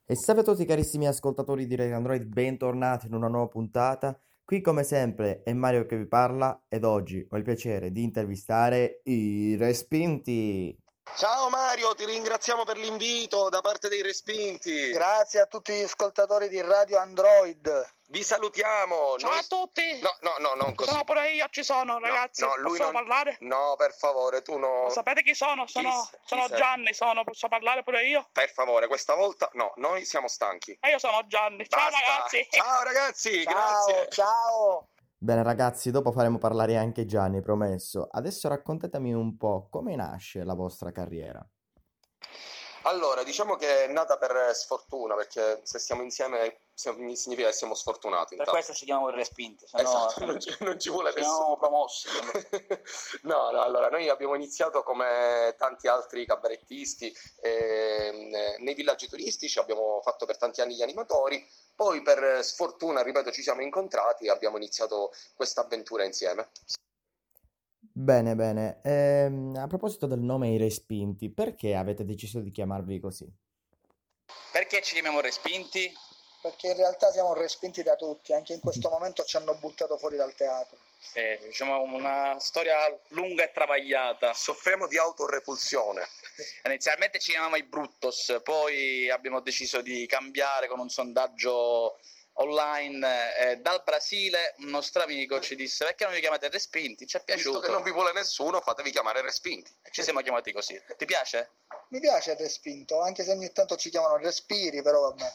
E salve a tutti carissimi ascoltatori di Radio Android, bentornati in una nuova puntata. Qui come sempre è Mario che vi parla ed oggi ho il piacere di intervistare i Respinti. Ciao Mario, ti ringraziamo per l'invito da parte dei Respinti. Grazie a tutti gli ascoltatori di Radio Android. Vi salutiamo. Ciao a tutti. No, non così. Sono pure io, ci sono ragazzi. No, lui posso non... parlare? No, per favore, tu no. Sapete chi sono? Sono sei? Gianni, posso parlare pure io? Per favore, questa volta no, noi siamo stanchi. E io sono Gianni. Ciao Basta. ragazzi. Ciao ragazzi, Ciao, grazie. ciao. Bene ragazzi, dopo faremo parlare anche Gianni, promesso. Adesso raccontatemi un po' come nasce la vostra carriera. Allora, diciamo che è nata per sfortuna, perché se stiamo insieme significa che siamo sfortunati. Per intanto. questo ci chiamiamo i Respinti, se no Esatto, non ci vuole ci siamo promossi. No, allora noi abbiamo iniziato come tanti altri cabarettisti nei villaggi turistici, abbiamo fatto per tanti anni gli animatori, poi per sfortuna, ripeto, ci siamo incontrati e abbiamo iniziato questa avventura insieme. Bene, bene. A proposito del nome I Respinti, perché avete deciso di chiamarvi così? Perché ci chiamiamo Respinti? Perché in realtà siamo respinti da tutti, anche in questo momento ci hanno buttato fuori dal teatro. Diciamo una storia lunga e travagliata. Soffriamo di autorepulsione. Inizialmente ci chiamavamo i Bruttos, poi abbiamo deciso di cambiare con un sondaggio online. Dal Brasile un nostro amico ci disse: perché non vi chiamate Respinti? Ci è Visto piaciuto che non vi vuole nessuno, fatevi chiamare Respinti. e ci siamo chiamati così. Ti piace? Mi piace il respinto, anche se ogni tanto ci chiamano respiri, però vabbè.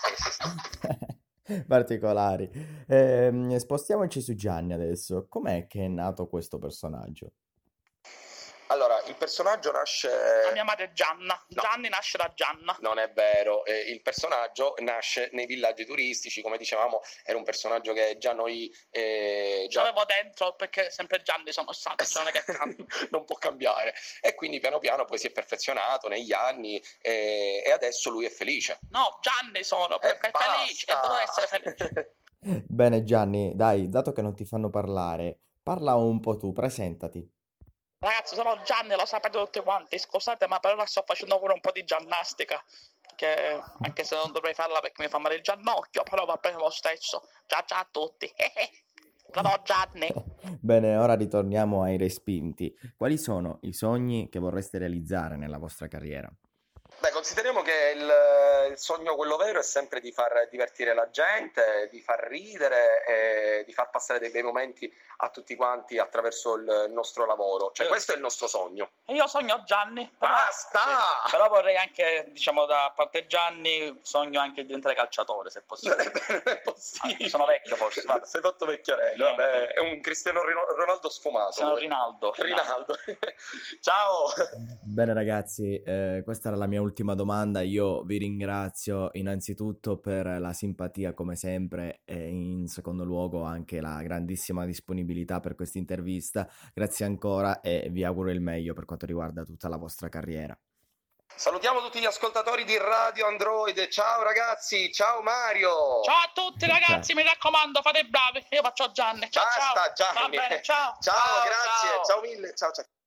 Particolari. Spostiamoci su Gianni adesso. Com'è che è nato questo personaggio? Allora, il personaggio nasce... La mia madre è Gianna. No. Gianni nasce da Gianna. Non è vero, il personaggio nasce nei villaggi turistici, come dicevamo, era un personaggio che già noi... Ce l'avevo dentro perché sempre Gianni sono stato, cioè non è che cambia. non può cambiare. E quindi piano piano poi si è perfezionato negli anni e adesso lui è felice. No, Gianni sono, perché è felice e basta! devo essere felice. Bene Gianni, dai, dato che non ti fanno parlare, parla un po' tu, presentati. Ragazzi, sono Gianni, lo sapete tutti quanti, scusate, ma per ora sto facendo pure un po' di ginnastica, che anche se non dovrei farla perché mi fa male il giannocchio, però va bene lo stesso. Ciao ciao a tutti. Sono Gianni. Bene, ora ritorniamo ai Respinti. Quali sono i sogni che vorreste realizzare nella vostra carriera? Beh, consideriamo che il sogno, quello vero, è sempre di far divertire la gente, di far ridere e di far passare dei bei momenti a tutti quanti attraverso il nostro lavoro. Cioè, questo è il nostro sogno. E io sogno Gianni. Però, Basta! sì, però vorrei anche, diciamo, da parte Gianni, sogno anche di diventare calciatore, se possibile. Non è possibile. Sono vecchio forse, vabbè. Sei fatto vecchiarello. Vabbè, è un Cristiano Ronaldo sfumato. Sono Rinaldo. Rinaldo. Ciao! Bene ragazzi, questa era la mia ultima domanda. Io vi ringrazio innanzitutto per la simpatia come sempre e in secondo luogo anche la grandissima disponibilità per questa intervista. Grazie ancora e vi auguro il meglio per quanto riguarda tutta la vostra carriera. Salutiamo tutti gli ascoltatori di Radio Android. Ciao ragazzi, ciao Mario. Ciao a tutti ragazzi, mi raccomando, fate i bravi. Io faccio Gianni. Ciao, Basta, ciao. Gianni. Va bene, ciao. Ciao, grazie. Ciao. Ciao mille. Ciao.